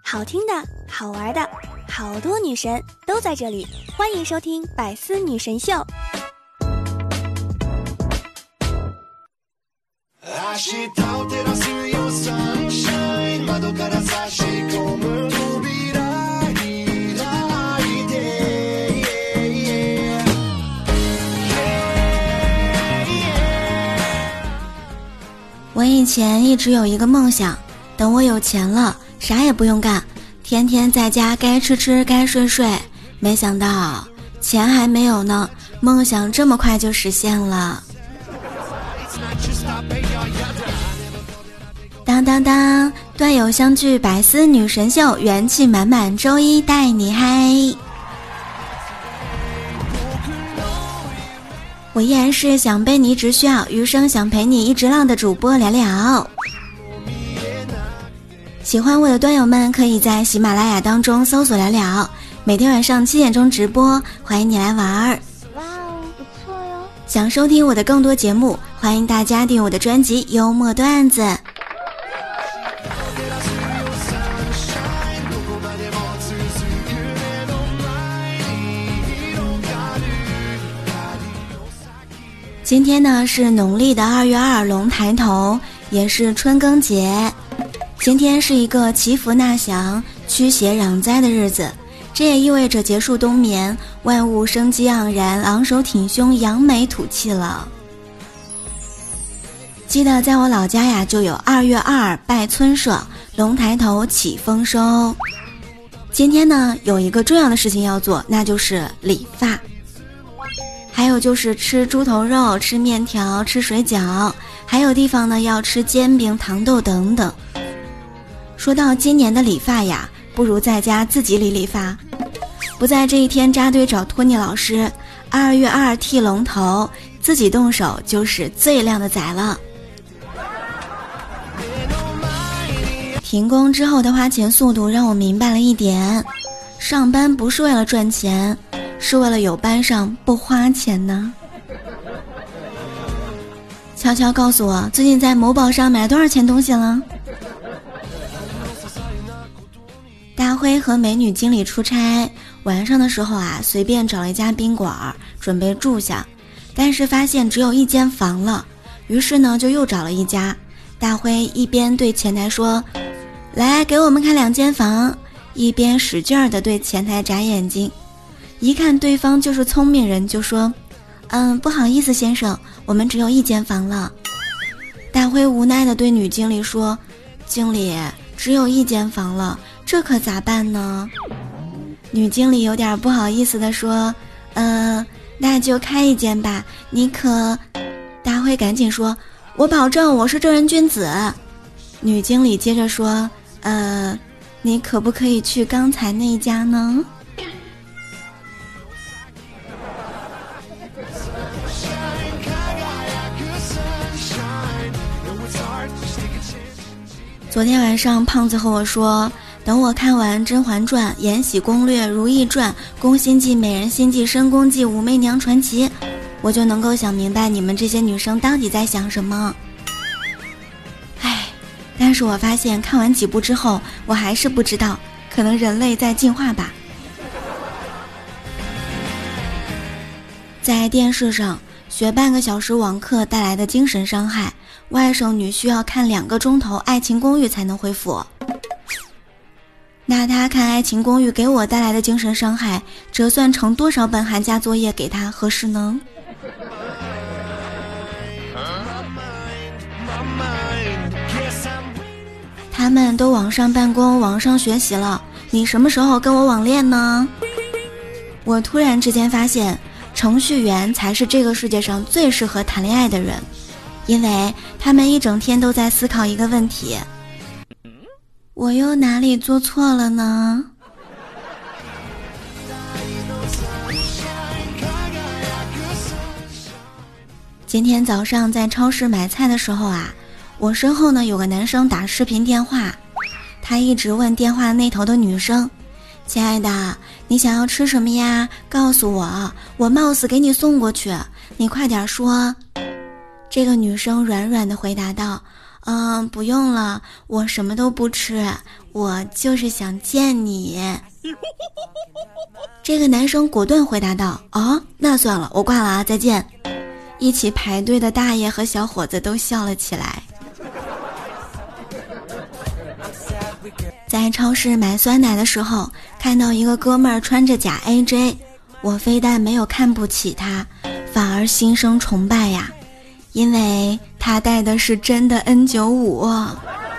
好听的、好玩的，好多女神都在这里，欢迎收听百思女神秀。 我以前一直有一个梦想，等我有钱了，啥也不用干，天天在家该吃吃该睡睡。没想到钱还没有呢，梦想这么快就实现了。当当当，段友相聚百思女神秀，元气满满，周一带你嗨。我依然是想被你只需要，余生想陪你一直浪的主播聊聊。喜欢我的段友们可以在喜马拉雅当中搜索聊聊，每天晚上7点钟直播，欢迎你来玩。 哇哦，不错哟！ 想收听我的更多节目，欢迎大家订阅我的专辑幽默段子。今天呢是农历的2月2龙抬头，也是春耕节。今天是一个祈福纳祥、驱邪攘灾的日子，这也意味着结束冬眠，万物生机盎然，昂首挺胸，扬眉吐气了。记得在我老家呀，就有2月2拜村社，龙抬头起丰收。今天呢有一个重要的事情要做，那就是理发。还有就是吃猪头肉、吃面条、吃水饺，还有地方呢要吃煎饼、糖豆等等。说到今年的理发呀，不如在家自己理发，不在这一天扎堆找托尼老师。2月2剃龙头，自己动手就是最靓的仔了。停工之后的花钱速度让我明白了一点，上班不是为了赚钱，是为了有班上不花钱呢。悄悄告诉我，最近在某宝上买了多少钱东西了？大辉和美女经理出差，晚上的时候啊，随便找了一家宾馆准备住下，但是发现只有1间房了，于是呢就又找了一家。大辉一边对前台说：“来，给我们开2间房”，一边使劲地对前台眨眼睛。一看对方就是聪明人，就说：“不好意思先生，我们只有1间房了。”大辉无奈地对女经理说：“经理，只有1间房了，这可咋办呢？”女经理有点不好意思地说：“那就开1间吧，你可……”大辉赶紧说：“我保证我是正人君子。”女经理接着说：“你可不可以去刚才那一家呢？”昨天晚上胖子和我说，等我看完《甄嬛传》《延禧攻略》《如懿传》《宫心计》《美人心计》《深宫计》《武媚娘传奇》，我就能够想明白你们这些女生到底在想什么。但是我发现看完几部之后，我还是不知道，可能人类在进化吧。在电视上学半个小时网课带来的精神伤害，外甥女需要看2个钟头《爱情公寓》才能恢复。那他看《爱情公寓》给我带来的精神伤害，折算成多少本寒假作业给他合适呢？他们都网上办公、网上学习了，你什么时候跟我网恋呢？我突然之间发现，程序员才是这个世界上最适合谈恋爱的人，因为他们一整天都在思考一个问题：我又哪里做错了呢？今天早上在超市买菜的时候啊，我身后呢有个男生打视频电话，他一直问电话那头的女生：“亲爱的，你想要吃什么呀？告诉我，我冒死给你送过去，你快点说。”这个女生软软地回答道：“ 不用了，我什么都不吃，我就是想见你。这个男生果断回答道，那算了，我挂了啊，再见。一起排队的大爷和小伙子都笑了起来。在超市买酸奶的时候，看到一个哥们儿穿着假 AJ， 我非但没有看不起他，反而心生崇拜呀，因为他戴的是真的 N95。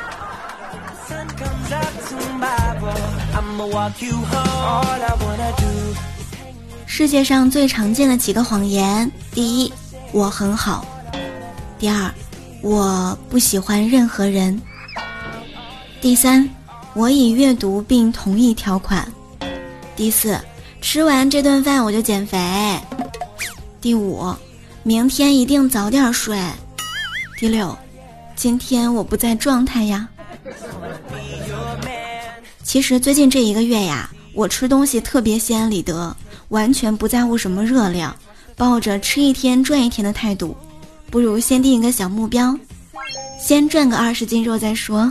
世界上最常见的几个谎言：第一，我很好；第二，我不喜欢任何人；第三，我已阅读并同意条款；第四，吃完这顿饭我就减肥；第五，明天一定早点睡；第六，今天我不在状态呀。其实最近这1个月呀，我吃东西特别心安理得，完全不在乎什么热量，抱着吃1天赚1天的态度，不如先定一个小目标，先赚个20斤肉再说。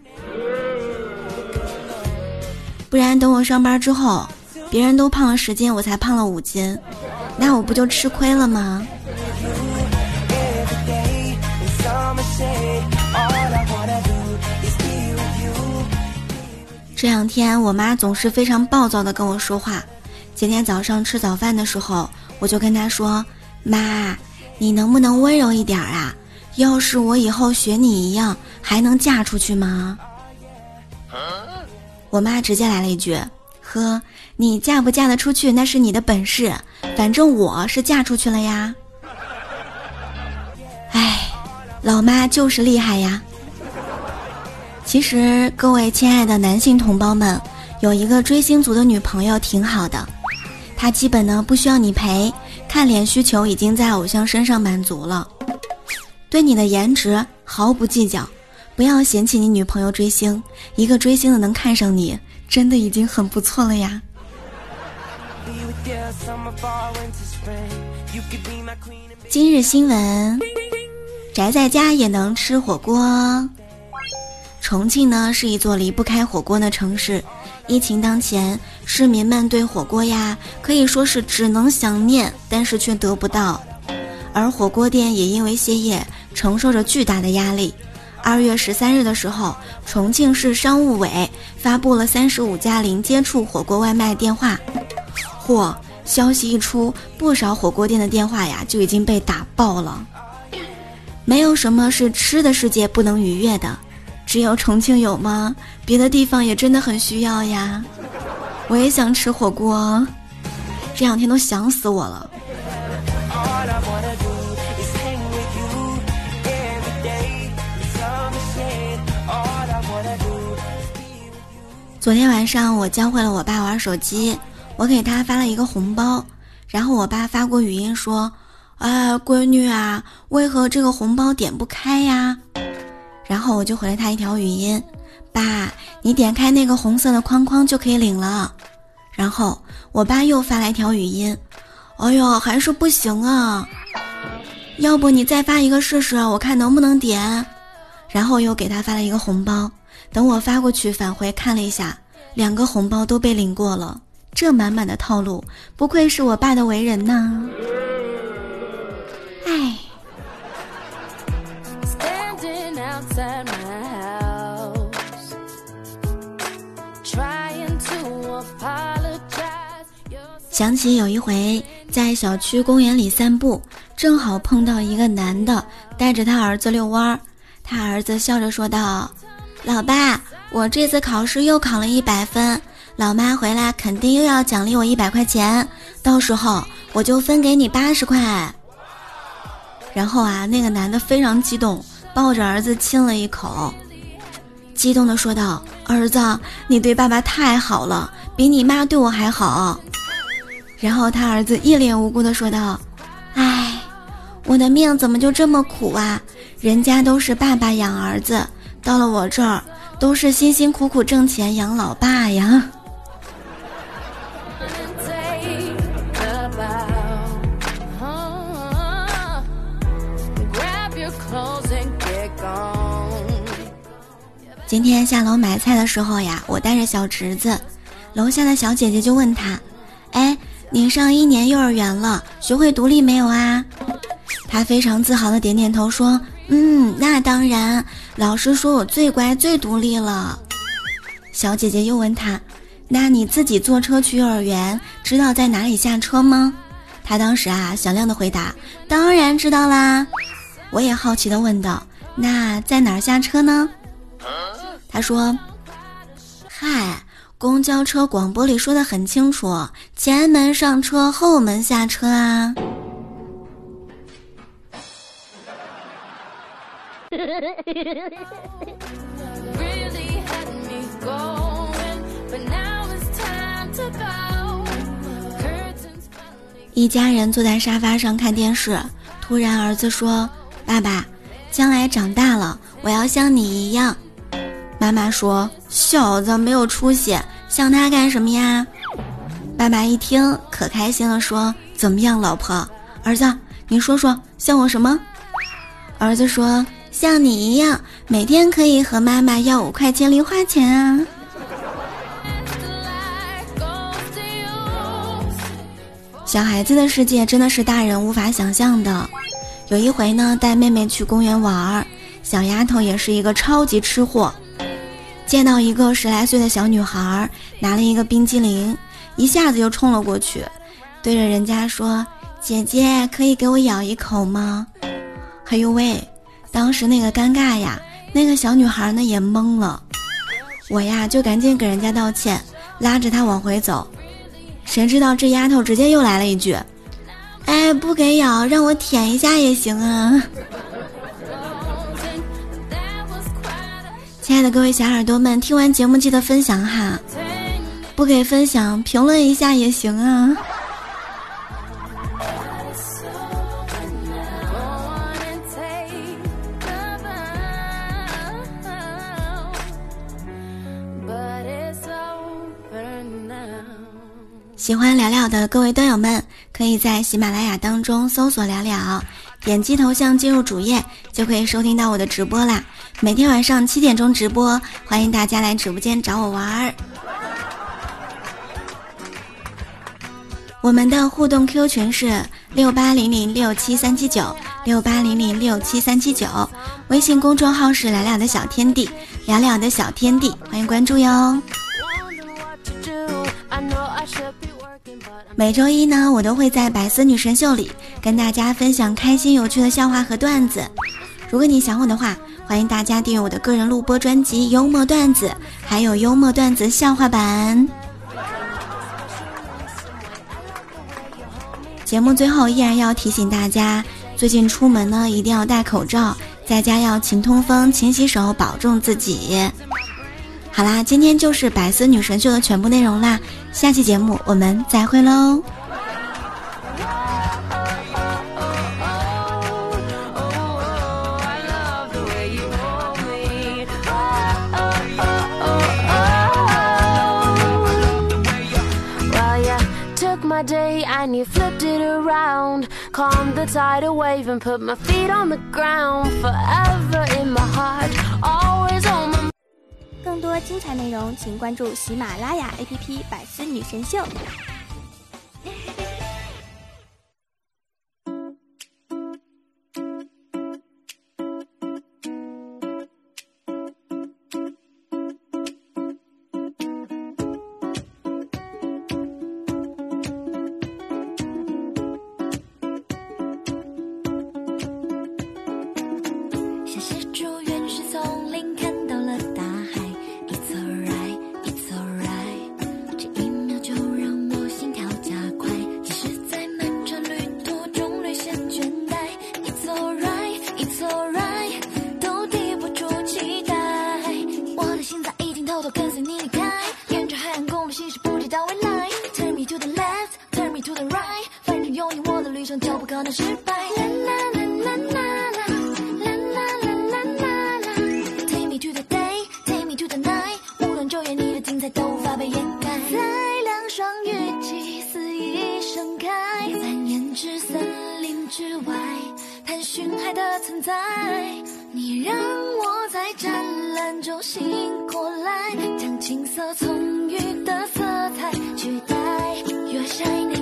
不然等我上班之后，别人都胖了10斤，我才胖了5斤，那我不就吃亏了吗？这2天我妈总是非常暴躁地跟我说话。今天早上吃早饭的时候，我就跟她说，妈，你能不能温柔一点啊？要是我以后学你一样，还能嫁出去吗？我妈直接来了一句，呵，你嫁不嫁得出去那是你的本事，反正我是嫁出去了呀。哎，老妈就是厉害呀。其实各位亲爱的男性同胞们，有一个追星族的女朋友挺好的，她基本呢不需要你陪，看脸需求已经在偶像身上满足了，对你的颜值毫不计较。不要嫌弃你女朋友追星，一个追星的能看上你，真的已经很不错了呀。今日新闻，宅在家也能吃火锅。重庆呢是一座离不开火锅的城市，疫情当前，市民们对火锅呀可以说是只能想念，但是却得不到。而火锅店也因为歇业，承受着巨大的压力。2月13日的时候，重庆市商务委发布了35家零接触火锅外卖电话。嚯，消息一出，不少火锅店的电话呀就已经被打爆了。没有什么是吃的世界不能逾越的，只有重庆有吗？别的地方也真的很需要呀。我也想吃火锅，这2天都想死我了。昨天晚上我教会了我爸玩手机，我给他发了一个红包，然后我爸发过语音说，闺女啊，为何这个红包点不开呀？然后我就回了他一条语音，爸，你点开那个红色的框框就可以领了。然后我爸又发来一条语音，哎呦，还是不行啊，要不你再发一个试试，我看能不能点。然后又给他发了一个红包，等我发过去返回看了一下，2个红包都被领过了，这满满的套路，不愧是我爸的为人呐。唉，想起有一回在小区公园里散步，正好碰到一个男的带着他儿子遛弯儿，他儿子笑着说道，老爸，我这次考试又考了100分，老妈回来肯定又要奖励我100块钱，到时候我就分给你80块。然后那个男的非常激动，抱着儿子亲了一口，激动地说道，儿子，你对爸爸太好了，比你妈对我还好。然后他儿子一脸无辜地说道，唉，我的命怎么就这么苦啊，人家都是爸爸养儿子，到了我这儿都是辛辛苦苦挣钱养老爸呀。 今天下楼买菜的时候呀，我带着小侄子，楼下的小姐姐就问他，哎，你上1年幼儿园了，学会独立没有啊？他非常自豪的点点头说，那当然，老师说我最乖最独立了。小姐姐又问他，那你自己坐车去幼儿园，知道在哪里下车吗？他当时响亮的回答，当然知道啦。我也好奇的问道，那在哪儿下车呢？他说，嗨，公交车广播里说的很清楚，前门上车，后门下车啊。一家人坐在沙发上看电视，突然儿子说，爸爸，将来长大了我要像你一样。妈妈说，小子没有出息，像他干什么呀？爸爸一听可开心了，说，怎么样老婆？儿子你说说像我什么？儿子说，像你一样每天可以和妈妈要5块钱零花钱啊。小孩子的世界真的是大人无法想象的。有一回呢，带妹妹去公园玩，小丫头也是一个超级吃货，见到一个10来岁的小女孩拿了一个冰激凌，一下子就冲了过去，对着人家说，姐姐可以给我咬一口吗？哎呦喂，当时那个尴尬呀，那个小女孩呢也懵了。我呀就赶紧给人家道歉，拉着她往回走，谁知道这丫头直接又来了一句，哎，不给咬，让我舔一下也行啊。亲爱的各位小耳朵们，听完节目记得分享哈，不给分享评论一下也行啊。喜欢聊聊的各位段友们，可以在喜马拉雅当中搜索聊聊，点击头像进入主页，就可以收听到我的直播啦。每天晚上7点钟直播，欢迎大家来直播间找我玩。我们的互动 Q 群是68006739，68006739，微信公众号是聊聊的小天地，聊聊的小天地，欢迎关注哟。每周一呢，我都会在百思女神秀里跟大家分享开心有趣的笑话和段子。如果你想我的话，欢迎大家订阅我的个人录播专辑幽默段子，还有幽默段子笑话版。节目最后依然要提醒大家，最近出门呢一定要戴口罩，在家要勤通风、勤洗手，保重自己。好啦，今天就是百思女神秀的全部内容啦，下期节目我们再会喽。 My day and you flipped it around, calmed the tidal wave and put my feet on the ground, forever in my heart, always on my。 更多精彩内容请关注喜马拉雅 APP 百思女神秀。 就不可能失败。啦啦啦啦啦啦啦啦啦啦啦 Take me to the day, take me to the night， 无论昼夜，你的精彩都无法被掩盖。在凉爽雨季肆意盛开，在胭脂森林之外，探寻海的存在。你让我在湛蓝中就醒过来，将青涩葱郁的色彩取代。You're shining